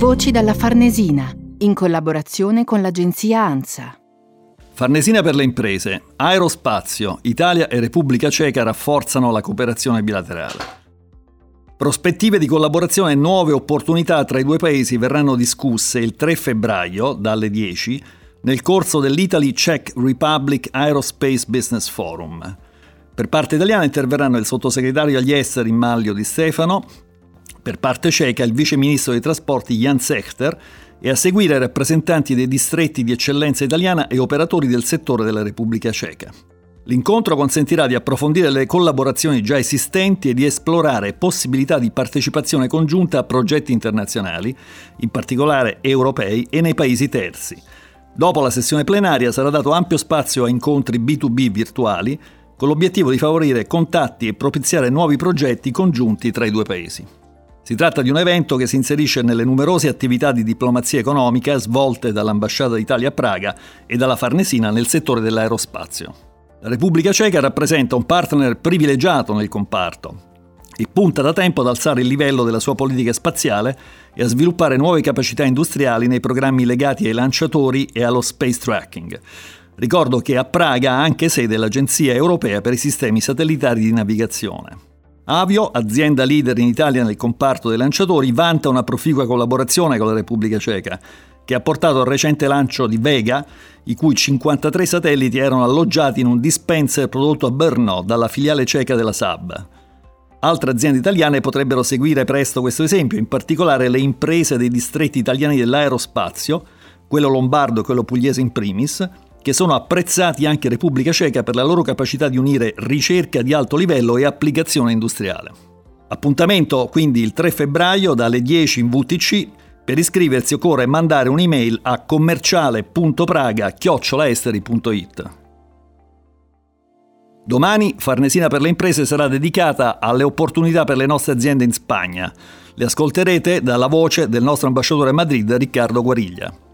Voci dalla Farnesina, in collaborazione con l'agenzia ANSA. Farnesina per le imprese, aerospazio, Italia e Repubblica Ceca rafforzano la cooperazione bilaterale. Prospettive di collaborazione e nuove opportunità tra i due paesi verranno discusse il 3 febbraio, dalle 10, nel corso dell'Italy Czech Republic Aerospace Business Forum. Per parte italiana interverranno il sottosegretario agli esteri Mallio Di Stefano, per parte ceca il vice ministro dei trasporti Jan Sechter e a seguire rappresentanti dei distretti di eccellenza italiana e operatori del settore della Repubblica Ceca. L'incontro consentirà di approfondire le collaborazioni già esistenti e di esplorare possibilità di partecipazione congiunta a progetti internazionali, in particolare europei e nei paesi terzi. Dopo la sessione plenaria sarà dato ampio spazio a incontri B2B virtuali, con l'obiettivo di favorire contatti e propiziare nuovi progetti congiunti tra i due paesi. Si tratta di un evento che si inserisce nelle numerose attività di diplomazia economica svolte dall'Ambasciata d'Italia a Praga e dalla Farnesina nel settore dell'aerospazio. La Repubblica Ceca rappresenta un partner privilegiato nel comparto e punta da tempo ad alzare il livello della sua politica spaziale e a sviluppare nuove capacità industriali nei programmi legati ai lanciatori e allo space tracking. Ricordo che a Praga ha anche sede l'Agenzia Europea per i Sistemi Satellitari di Navigazione. Avio, azienda leader in Italia nel comparto dei lanciatori, vanta una proficua collaborazione con la Repubblica Ceca, che ha portato al recente lancio di Vega, i cui 53 satelliti erano alloggiati in un dispenser prodotto a Brno dalla filiale ceca della Saab. Altre aziende italiane potrebbero seguire presto questo esempio, in particolare le imprese dei distretti italiani dell'aerospazio, quello lombardo e quello pugliese in primis, che sono apprezzati anche in Repubblica Ceca per la loro capacità di unire ricerca di alto livello e applicazione industriale. Appuntamento quindi il 3 febbraio dalle 10 in VTC. Per iscriversi occorre mandare un'email a commerciale.praga@esteri.it. Domani Farnesina per le imprese sarà dedicata alle opportunità per le nostre aziende in Spagna. Le ascolterete dalla voce del nostro ambasciatore a Madrid, Riccardo Guariglia.